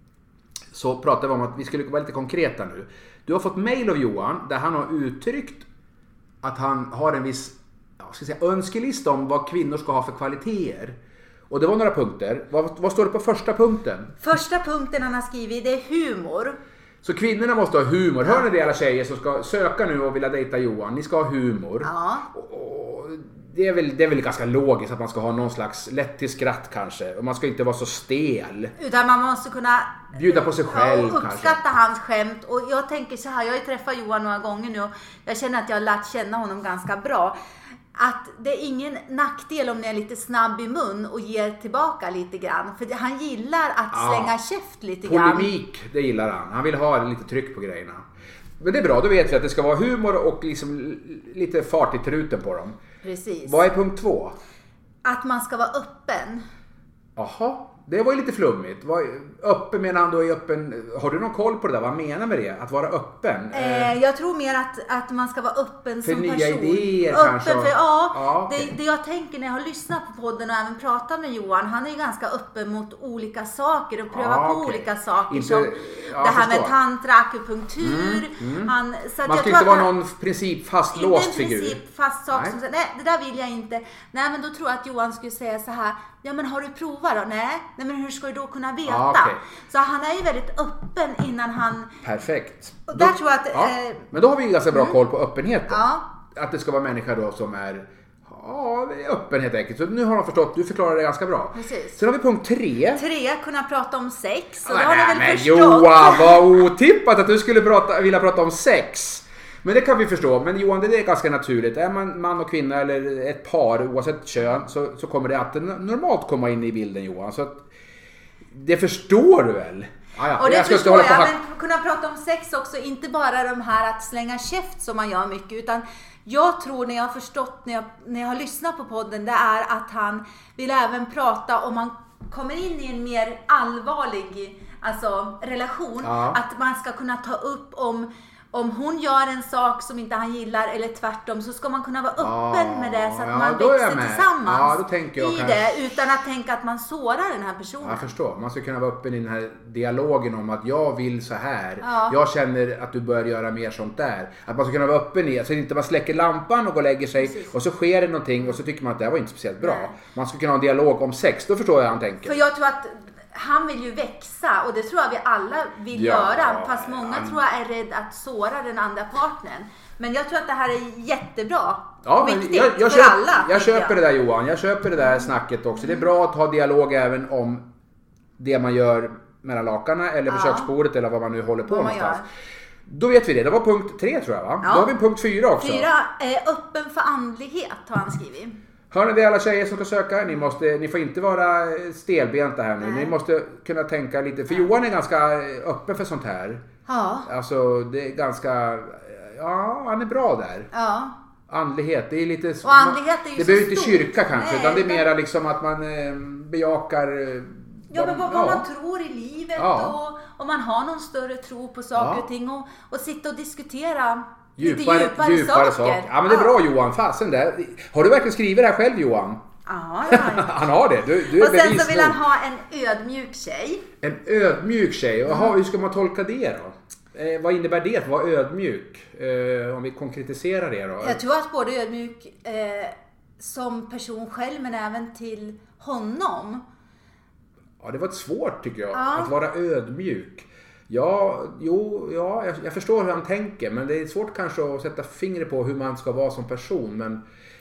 så pratade vi om att vi skulle vara lite konkreta nu. Du har fått mail av Johan där han har uttryckt att han har en viss, jag ska säga, önskelista om vad kvinnor ska ha för kvaliteter. Och det var några punkter. Vad, vad står det på första punkten? Första punkten han har skrivit, det är humor. Så kvinnorna måste ha humor. Hör ni det, alla tjejer som ska söka nu och vilja dejta Johan? Ni ska ha humor. Ja. Och, och det, är väl, det är väl ganska logiskt att man ska ha någon slags lätt till skratt kanske. Och man ska inte vara så stel. Utan man måste kunna bjuda på sig själv, ja, och uppskatta kanske. Hans skämt. Och jag tänker så här, jag har ju träffat Johan några gånger nu och jag känner att jag har lärt känna honom ganska bra. Att det är ingen nackdel om ni är lite snabb i mun och ger tillbaka lite grann. För han gillar att Ja. slänga käft lite grann. Polemik, det gillar han. Han vill ha lite tryck på grejerna. Men det är bra, då vet vi att det ska vara humor och liksom lite fart i truten på dem. Precis. Vad är punkt två? Att man ska vara öppen. Jaha, det var ju lite flummigt. Vad, öppen menar han då är öppen. Har du någon koll på det där? Vad menar med det? Att vara öppen? Eh, jag tror mer att, att man ska vara öppen för som nya person. idéer öppen kanske? För, ja, Ja, okej. det, det jag tänker när jag har lyssnat på podden och även pratat med Johan. Han är ju ganska öppen mot olika saker och prövar Ja, på okej. olika saker. Inte- som ja, det här förstår. med tantra, akupunktur. Mm, mm. Han, så att Man jag ska tror inte att vara han- någon principfast Inte låst en figur. princip fast sak Nej. som säger, nej det där vill jag inte. Nej men då tror jag att Johan skulle säga så här, ja men har du provat då? Nej, nej men hur ska du då kunna veta? Ja, okej. Så han är ju väldigt öppen innan han... Perfekt. Och där tror jag att, Ja. eh, Men då har vi ganska bra koll på öppenheten. Ja. Att det ska vara människor då som är ja, öppen helt enkelt. Så nu har de förstått, du förklarar det ganska bra. Precis. Sen har vi punkt tre. Tre, kunna prata om sex. Och Nej, det har ni väl men förstått? Johan, vad otippat att du skulle prata, vilja prata om sex. Men det kan vi förstå. Men Johan, det är ganska naturligt. Är man man och kvinna eller ett par oavsett kön så, så kommer det att normalt komma in i bilden, Johan. Så att, det förstår du väl? Ah, ja. Och det jag ska inte förstår hålla jag, på men kunna prata om sex också, inte bara de här att slänga käft som man gör mycket, utan jag tror när jag har förstått, när jag, när jag har lyssnat på podden, det är att han vill även prata om man kommer in i en mer allvarlig alltså, relation, Ja. att man ska kunna ta upp om om hon gör en sak som inte han gillar eller tvärtom, så ska man kunna vara öppen Ja, med det så att ja, man då är jag växer med. tillsammans Ja, då tänker jag i kanske- det utan att tänka att man sårar den här personen. Jag förstår. Man ska kunna vara öppen i den här dialogen om att jag vill så här. Ja. Jag känner att du bör göra mer sånt där. Att man ska kunna vara öppen i, så att inte man släcker lampan och går och lägger sig. Precis. Och så sker det någonting och så tycker man att det här var inte speciellt bra. Nej. Man ska kunna ha en dialog om sex. Då förstår jag hur han tänker. För jag tror att han vill ju växa och det tror jag vi alla vill Ja, göra. Fast många han- tror jag är rädd att såra den andra partnern. Men jag tror att det här är jättebra. Ja, men Viktigt jag, jag, för köp, alla. jag tycker köper det där, Johan. Jag köper det där snacket också. Det är bra att ha dialog även om det man gör mellan lakarna eller på Ja. köksbordet eller vad man nu håller på Vad man någonstans. Då vet vi det. Det var punkt tre tror jag, va? Ja. Då har vi punkt fyra också. Fyra, eh, öppen för andlighet har han skrivit. Hör ni det, alla tjejer som ska söka? Ni, måste, ni får inte vara stelbenta här nu. Nej. Ni måste kunna tänka lite. För Johan är ganska öppen för sånt här. Ja. Alltså det är ganska... Ja, han är bra där. Ja. Andlighet, det är lite... Och andlighet är ju det så behöver inte stort. kyrka kanske. Nej, utan det är utan- mera liksom att man eh, bejakar... eh, Ja, men vad, vad ja. man tror i livet Ja. och om man har någon större tro på saker Ja. och ting och, och sitta och diskutera Djupare, lite djupare, djupare saker. saker. Ja, men det är bra Johan. Fasen där. Har du verkligen skrivit det här själv, Johan? Ja, ja, ja. Han har det. Du, du är Och sen bevis så vill nog. han ha en ödmjuk tjej. En ödmjuk tjej. Jaha, hur ska man tolka det då? Eh, vad innebär det att vara ödmjuk? Eh, om vi konkretiserar det då. Jag tror att både ödmjuk eh, som person själv men även till honom. Ja, det var ett svårt tycker jag. Ja. Att vara ödmjuk. Ja, jo, ja, jag, jag förstår hur han tänker. Men det är svårt kanske att sätta fingret på hur man ska vara som person. Men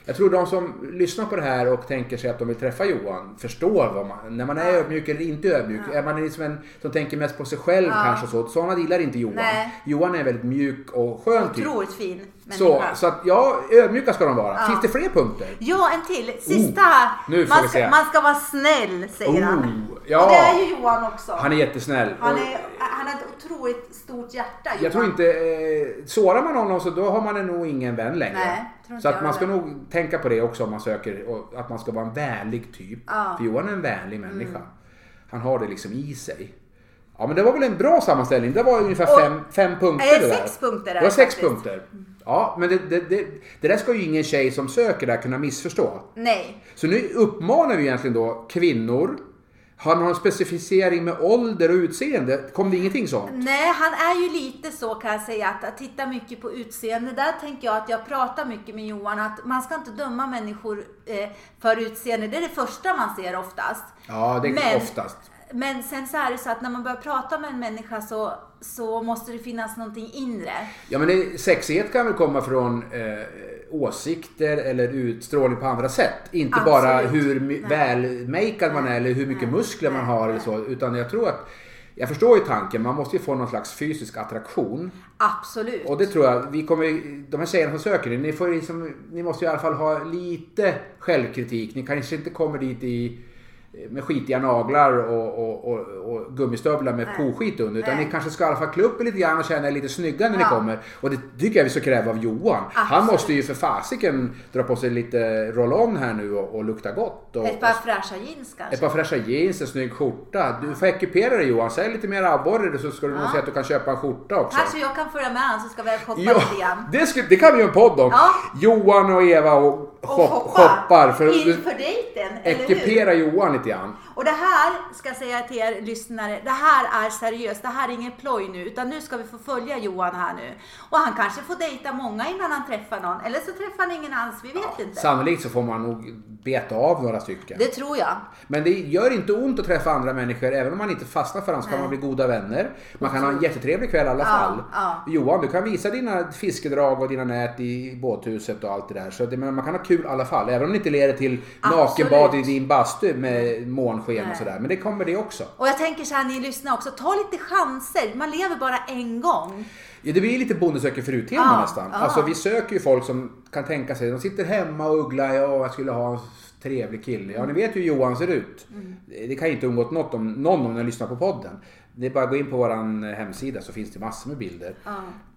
Jag tror de som lyssnar på det här och tänker sig att de vill träffa Johan förstår vad man, när man är ödmjuk eller inte ödmjuk. Ja. Är man liksom en som tänker mest på sig själv ja. kanske så. Sådana gillar inte Johan. Nej. Johan är väldigt mjuk och skön typ. Otroligt fin människa. Så, så att ja, ödmjuka ska de vara. Ja. Finns det fler punkter? Ja, en till. Sista. Oh, nu får man, vi se. Ska, man ska vara snäll, säger oh, han. Ja. Och det är ju Johan också. Han är jättesnäll. Han, är, han har ett otroligt stort hjärta, Johan. Jag tror inte, eh, sårar man honom så då har man nog ingen vän längre. Nej, tror inte så att man ska det. nog tänka på det också om man söker, och att man ska vara en vänlig typ. Ja. För Johan är en vänlig människa. Mm. Han har det liksom i sig. Ja, men det var väl en bra sammanställning. Det var ungefär och, fem, fem punkter. Är det, det sex där. punkter? Det var sex faktiskt. punkter. Ja, men det, det, det, det där ska ju ingen tjej som söker där kunna missförstå. Nej. Så nu uppmanar vi egentligen då kvinnor. Har man någon specificering med ålder och utseende? Kom det ingenting sånt? Nej, han är ju lite så kan jag säga. Att, att titta mycket på utseende. Där tänker jag att jag pratar mycket med Johan. Att man ska inte döma människor eh, för utseende. Det är det första man ser oftast. Ja, det är men, oftast. Men sen så är det så att när man börjar prata med en människa så, så måste det finnas någonting inre. Ja, men det, sexighet kan väl komma från eh, åsikter eller utstrålning på andra sätt. Inte Absolut. bara hur välmakead man är eller hur mycket Nej. muskler man har eller så. Utan jag tror att, jag förstår ju tanken, man måste ju få någon slags fysisk attraktion. Absolut. Och det tror jag, vi kommer, de här tjejerna som söker det, ni, får liksom, ni måste i alla fall ha lite självkritik. Ni kanske inte kommer dit i med skitiga naglar och, och, och, och gummistövlar med koskit under. Utan Nej. ni kanske ska i alla fall klä upp lite grann och känna er lite snygga när ja. ni kommer. Och det tycker jag vi ska kräva av Johan. Absolut. Han måste ju för fasiken dra på sig lite roll-on här nu och, och lukta gott. Och, ett par fräscha jeans kanske. Ett par fräscha jeans, en snygg skjorta. Du får ekipera dig Johan. Säg lite mer abborre så ska du ja. nog säga att du kan köpa en skjorta också. Kanske jag kan följa med han så ska vi hoppa ja, lite grann. Det, skulle, det kan vi göra en podd om. Ja. Johan och Eva och Och Hop, hoppa hoppar för inför dejten, eller ekipera hur? Johan lite grann. Och det här ska jag säga till er lyssnare, det här är seriöst, det här är ingen ploj nu, utan nu ska vi få följa Johan här nu. Och han kanske får dejta många innan han träffar någon, eller så träffar han ingen alls, vi vet ja, inte. Sannolikt så får man nog beta av några stycken. Det tror jag. Men det gör inte ont att träffa andra människor, även om man inte fastnar för dem så kan man bli goda vänner. Man kan ha en jättetrevlig kväll i alla fall. Ja, ja. Johan, du kan visa dina fiskedrag och dina nät i båthuset och allt det där. Så det, man kan ha kul i alla fall, även om det inte leder till nakenbad i din bastu med månsken Nej. och sådär. Men det kommer det också. Och jag tänker så här, ni lyssnar också, ta lite chanser. Man lever bara en gång. Ja, det blir lite bonde söker förut tema ah, nästan. Ah. Alltså vi söker ju folk som kan tänka sig, de sitter hemma och ugglar, ja jag skulle ha en trevlig kille. Ja, ni vet ju hur Johan ser ut. Mm. Det kan ju inte undgått något om någon om ni lyssnar på podden. Det är bara att gå in på våran hemsida så finns det massor med bilder. Ah.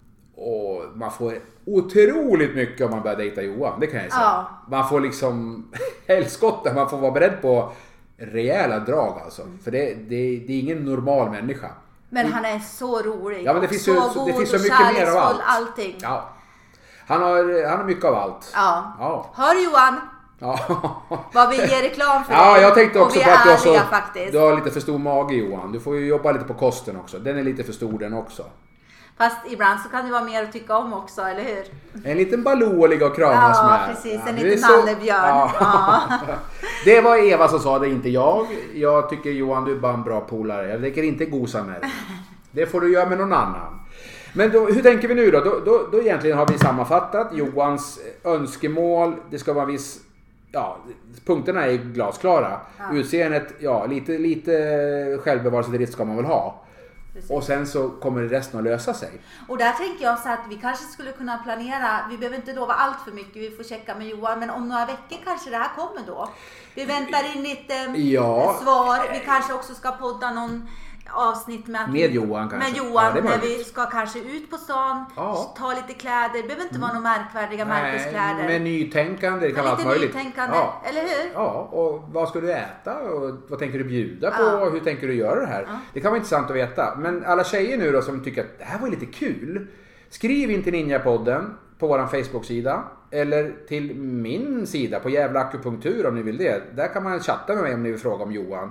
Och man får otroligt mycket om man börjar dejta Johan, det kan jag säga. Ah. Man får liksom helskotta, man får vara beredd på rejäla drag alltså. Mm. För det, det, det är ingen normal människa. Men han är så rolig. Ja, men det finns så ju, god det finns så mycket mer av allt. Allting. Ja. Han har, han har mycket av allt. Ja. ja. Hör Johan? Ja. Vad vi ger reklam för ja, dig. Jag tänkte också på att du har, så, faktiskt. du har lite för stor mage Johan. Du får ju jobba lite på kosten också. Den är lite för stor den också. Fast ibland så kan det vara mer att tycka om också, eller hur? En liten ballå att ligga och kramas ja, med. Ja, precis. En liten så... nallebjörn. Ja. Ja. Det var Eva som sa det, inte jag. Jag tycker Johan, du är bara en bra polare. Jag tänker inte gosa med dig. Det får du göra med någon annan. Men då, hur tänker vi nu då? Då, då? då egentligen har vi sammanfattat Johans önskemål. Det ska vara viss... Ja, punkterna är glasklara. Ja. Utseendet, ja, lite, lite självbevarelsedrift ska man väl ha. Precis. Och sen så kommer det resten att lösa sig. Och där tänker jag så att vi kanske skulle kunna planera, vi behöver inte lova allt för mycket, vi får checka med Johan, men om några veckor kanske det här kommer då. Vi väntar in lite ja. svar, vi kanske också ska podda någon avsnitt med, med Johan kanske. Med Johan, ja, när vi ska kanske ut på stan, ja. ta lite kläder, det behöver inte mm. vara några märkvärdiga Nej, märkeskläder. Med nytänkande, det kan vara allt möjligt. Nytänkande, ja. eller hur? Ja, och vad ska du äta och vad tänker du bjuda på ja. och hur tänker du göra det här? Ja. Det kan vara intressant att veta. Men alla tjejer nu då som tycker att det här var lite kul, skriv in till Ninjapodden på vår Facebook-sida eller till min sida på Jävla Akupunktur om ni vill det. Där kan man chatta med mig om ni vill fråga om Johan.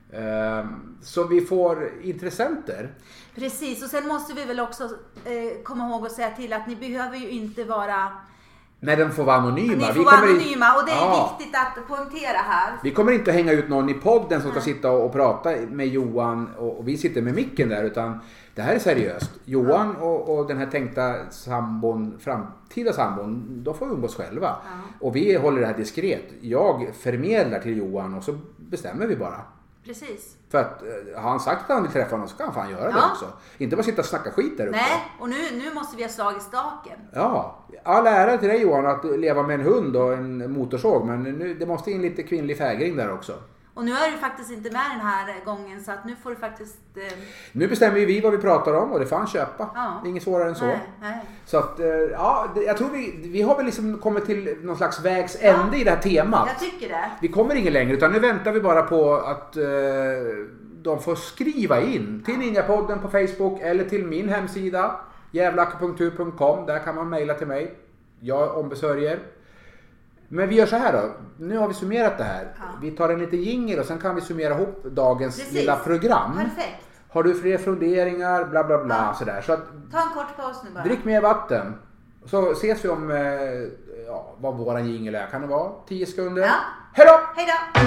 Så vi får intressenter. Precis, och sen måste vi väl också eh, komma ihåg och säga till att ni behöver ju inte vara Nej, den får vara anonyma. Ni får vi vara kommer anonyma in... och det är ja. viktigt att poängtera här. Vi kommer inte hänga ut någon i podden som ska sitta och prata med Johan och, och vi sitter med micken där, utan det här är seriöst. Johan ja. och, och den här tänkta sambon, framtida sambon, då får vi umgås själva. Ja. Och vi håller det här diskret. Jag förmedlar till Johan och så bestämmer vi bara. Precis. För att har han sagt att han vill träffa honom så kan han fan göra ja. det också. Inte bara sitta och snacka skit där uppe. Nej, och nu, nu måste vi ha slag i staken. Ja, all ära till dig Johan att leva med en hund och en motorsåg. Men nu, det måste in lite kvinnlig fägring där också. Och nu är du faktiskt inte med den här gången så att nu får du faktiskt... Eh... Nu bestämmer ju vi vad vi pratar om och det får han köpa. Ja. Det är inget svårare än så. Nej, nej. Så att, ja, jag tror vi, vi har väl liksom kommit till någon slags vägs ände ja. i det här temat. Jag tycker det. Vi kommer ingen längre utan nu väntar vi bara på att eh, de får skriva in till Ninjapodden på Facebook eller till min hemsida jävlakupunktur punkt com. Där kan man mejla till mig. Jag ombesörjer. Men vi gör så här då. Nu har vi summerat det här. Ja. Vi tar en liten jingle och sen kan vi summera ihop dagens Precis. lilla program. Perfekt. Har du fler funderingar, bla bla bla, ja. sådär. Så att, ta en kort paus nu bara. Drick mer vatten. Så ses vi om, eh, ja, vad våran jingle är. Kan det vara? tio sekunder? Ja. Hej då! Hej då!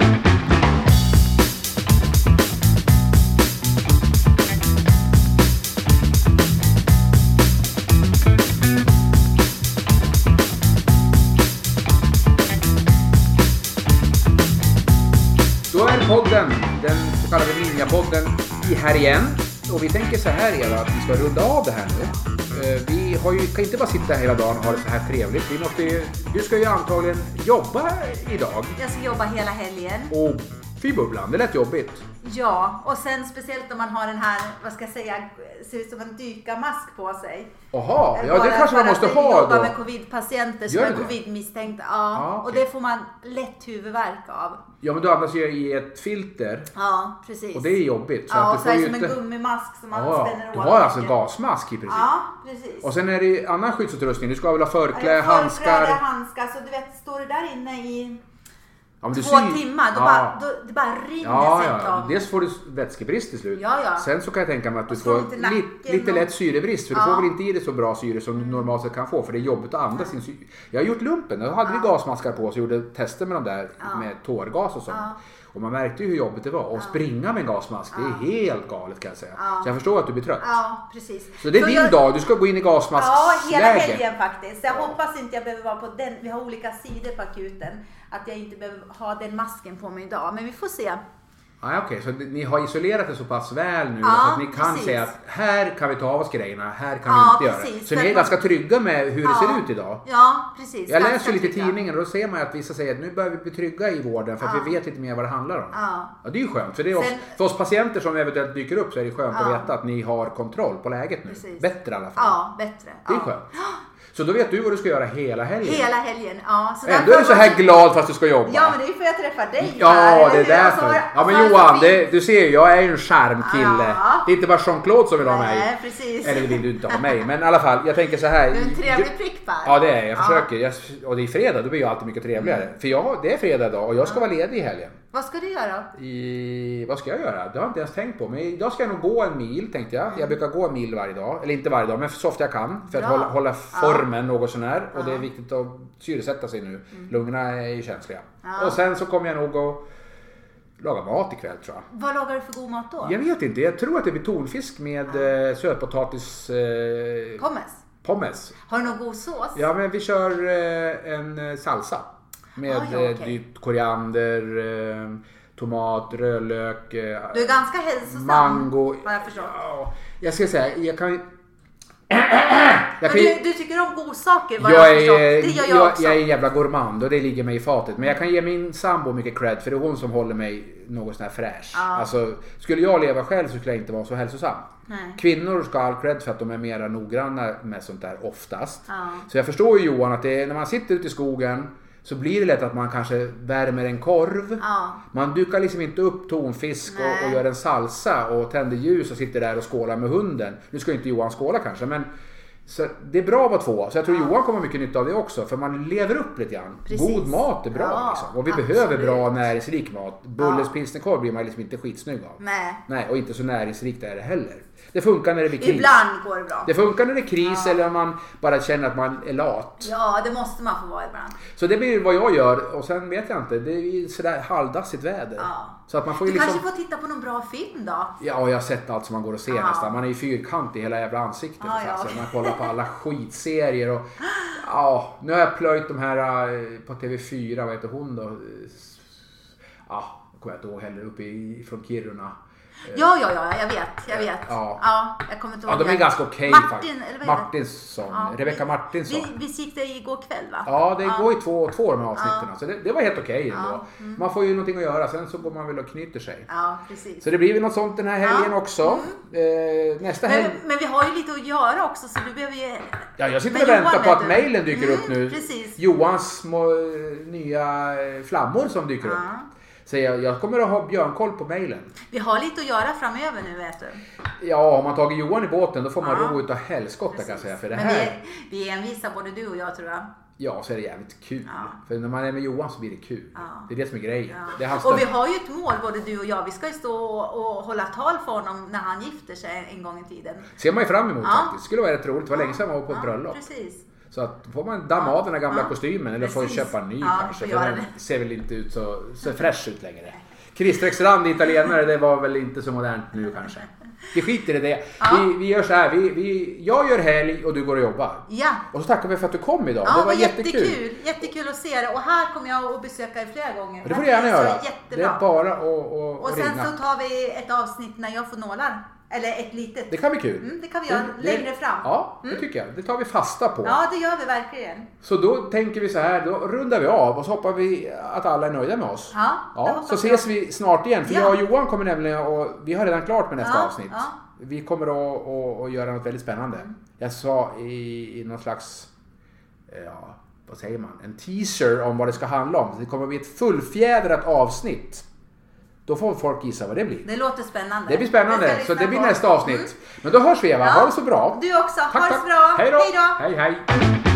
Podden, den så kallade Ninjapodden i här igen. Och vi tänker så här Eva, att vi ska runda av det här nu. Vi har ju, kan inte bara sitta hela dagen och ha det så här trevligt. Vi måste ju, du ska ju antagligen jobba idag. Jag ska jobba hela helgen. Och fy bubblan, det lät jobbigt. Ja, och sen speciellt om man har den här, vad ska jag säga, ser ut som en dykarmask på sig. Jaha, ja det kanske man måste ha då. Jobba med covid-patienter som är covid-misstänkta. Ja, ja okay. Och det får man lätt huvudvärk av. Ja, men du andas ju i ett filter. Ja, precis. Och det är jobbigt. Så ja, att och så är det som inte... en gummimask som man ja, spänner åt. Du har alltså en gasmask i princip. Ja, precis. Och sen är det annan skyddsutrustning. Du ska väl ha förkläde, ja, handskar. Förkläde, handskar. Så du vet, står du där inne i... Ja, två syr... timmar, då, ja. bara, då det bara rinner ja, sig ja. av. Dels får du vätskebrist till slut. Ja, ja. Sen så kan jag tänka mig att du får lite, lite lätt syrebrist. För ja. du får väl inte i det så bra syre som du normalt sett kan få. För det är jobbigt att andas sin syre. Jag har gjort lumpen. Då hade ja. vi gasmaskar på oss och gjorde tester med de där ja. med tårgas och sånt. Ja. Och man märkte ju hur jobbigt det var. Och ja. springa med en gasmask, ja. det är helt galet kan jag säga. Ja. Så jag förstår att du blir trött. Ja, precis. Så det är så din jag... dag, du ska gå in i gasmasksläge. Ja, hela helgen faktiskt. Jag ja. hoppas inte jag behöver vara på den. Vi har olika sidor på akuten. Att jag inte behöver ha den masken på mig idag. Men vi får se. Ja, okej, okay. Så ni har isolerat det så pass väl nu ja, så att ni kan precis. säga att här kan vi ta av oss grejerna, här kan ja, vi inte precis. göra. Så ni är ganska trygga med hur ja. det ser ut idag. Ja, precis. Jag läser lite i tidningen och då ser man att vissa säger att nu börjar vi bli trygga i vården för att ja. vi vet lite mer vad det handlar om. Ja, ja det är ju skönt. För, det är oss, Sen... för oss patienter som eventuellt dyker upp så är det skönt ja. att veta att ni har kontroll på läget nu. Precis. Bättre i alla fall. Ja, bättre. Det är ja. skönt. Så då vet du vad du ska göra hela helgen. Hela helgen, ja. Så ändå är du så här glad fast du ska jobba. Ja, men det är för att jag träffar dig ja, här. Ja, det är därför. Har, ja, men Johan, det, du ser ju, jag är ju en charmkille. Ja. Det är inte bara Jean-Claude som vill ha mig. Nej, precis. Eller vill du inte ha mig. Men i alla fall, jag tänker så här. Du är en trevlig prickpar. Ja, det är jag. Jag försöker. Jag, och det är fredag, då blir jag alltid mycket trevligare. Mm. För jag, det är fredag idag och jag ska ja. vara ledig i helgen. Vad ska du göra? I, vad ska jag göra? Det har jag inte ens tänkt på. Men idag ska jag nog gå en mil, tänkte jag. Jag brukar gå en mil varje dag. Eller inte varje dag, men så ofta jag kan. För att hålla, hålla formen ja. något sån här. Och ja. det är viktigt att syresätta sig nu. Mm. Lungorna är ju känsliga. Ja. Och sen så kommer jag nog att laga mat ikväll, tror jag. Vad lagar du för god mat då? Jag vet inte. Jag tror att det blir tonfisk med ja. sötpotatis... Eh, pommes. Pommes. Har du någon god sås? Ja, men vi kör eh, en salsa. Med ah, ja, okay. dyrt koriander, eh, tomat, rödlök. Eh, du är ganska hälsosam. Mango. Har jag förstått. Ja, jag ska säga, jag kan... jag kan du, du tycker om godsaker, vad jag, jag förstått. Det gör jag, jag också. Jag är en jävla gourmand och det ligger mig i fatet. Men jag kan ge min sambo mycket cred för det är hon som håller mig något sån här fräsch. Ja. Alltså, skulle jag leva själv så skulle jag inte vara så hälsosam. Nej. Kvinnor ska ha all cred för att de är mera noggranna med sånt där oftast. Ja. Så jag förstår ju Johan att det är, när man sitter ute i skogen så blir det lätt att man kanske värmer en korv. Ja. Man dukar liksom inte upp tonfisk och, och gör en salsa och tänder ljus och sitter där och skålar med hunden. Nu ska ju inte Johan skåla kanske, men Så det är bra att vara två. Så jag tror ja. Johan kommer mycket nytta av det också. För man lever upp lite grann. Precis. God mat är bra ja, liksom. Och vi absolut. behöver bra näringsrik mat. Bullens ja. pilsnerkorv blir man liksom inte skitsnygg av. Nej. Nej, och inte så näringsrikt är det heller. Det funkar när det blir kris. Ibland går det bra. Det funkar när det är kris ja. eller om man bara känner att man är lat. Ja, det måste man få vara ibland. Så det blir vad jag gör. Och sen vet jag inte, det är sådär halvdassigt väder. Ja. Så att man får du liksom... kanske får titta på någon bra film då? Ja, jag har sett allt som man går och ser ja. nästan. Man är ju fyrkant i hela jävla ansiktet. Ja, ja. Man kollar på alla skitserier. Och, ja, nu har jag plöjt de här på T V fyra, vad heter hon då? Ja, jag kommer inte ihåg heller, uppe i, från Kiruna. Ja, ja, ja, jag vet, jag vet. Ja, ja jag kommer inte ihåg. Ja, de är ganska okej okay, Martin, eller vad Martinsson, ja, vi, Rebecca Martinsson. Vi, vi gick det igår kväll va? Ja, det ja. går i två, två de här avsnitten. Ja. Så det, det var helt okej okay ändå. Ja. Mm. Man får ju någonting att göra, sen så går man väl och knyter sig. Ja, precis. Så det blir väl något sånt den här helgen ja. också. Mm. Eh, nästa helg... Men, men vi har ju lite att göra också, så du behöver ju... Ja, jag sitter och väntar på att mejlen dyker mm, upp nu. Precis. Johans små nya flammor som dyker ja. upp. Så jag, jag kommer att ha björnkoll på mejlen. Vi har lite att göra framöver nu, vet du. Ja, om man tagit Johan i båten då får man ja. ro utav helskotta kan jag säga. För det Men här... vi, vi är envisa både du och jag tror jag. Ja, så är det jävligt kul. Ja. För när man är med Johan så blir det kul. Ja. Det är det som är grejen. Ja. Det är hans och vi har ju ett mål både du och jag. Vi ska ju stå och, och hålla tal för honom när han gifter sig en gång i tiden. Ser man ju fram emot ja. faktiskt. Det skulle vara rätt roligt. Det var ja. länge sedan man var på ett ja, bröllop. Precis. Så att får man damma av den här gamla ja. kostymen eller får köpa en ny ja, kanske. För den ser väl inte ut så, så fresh ut längre. Kristreksrand italienare, det var väl inte så modernt nu kanske. Vi skiter i det. Ja. Vi, vi gör så här, vi, vi, jag gör helg och du går och jobbar. Ja. Och så tackar vi för att du kom idag. Ja, det var, var jättekul. jättekul. Jättekul att se det. Och här kommer jag att besöka er flera gånger. Och det får du gärna göra. Jättebra. Det är bara att och, och, och sen ringa. Så tar vi ett avsnitt när jag får nålar. Eller ett litet. Det kan bli kul. Mm, det kan vi göra det, längre fram. Ja, det mm. tycker jag. Det tar vi fasta på. Ja, det gör vi verkligen. Så då tänker vi så här, då rundar vi av och så hoppas vi att alla är nöjda med oss. Ja, ja så ses jag. vi snart igen. För ja. jag och Johan kommer nämligen, och vi har redan klart med nästa ja, avsnitt. Ja. Vi kommer att, att, att göra något väldigt spännande. Mm. Jag sa i, i någon slags, ja, vad säger man, en teaser om vad det ska handla om. Det kommer att bli ett fullfjädrat avsnitt. Då får folk gissa vad det blir. Det låter spännande. Det blir spännande, så det blir nästa avsnitt. Mm. Men då hörs vi Eva, ja. Ha det så bra. Du också, tack, ha det så bra. Hej då. Hej då. Hej hej.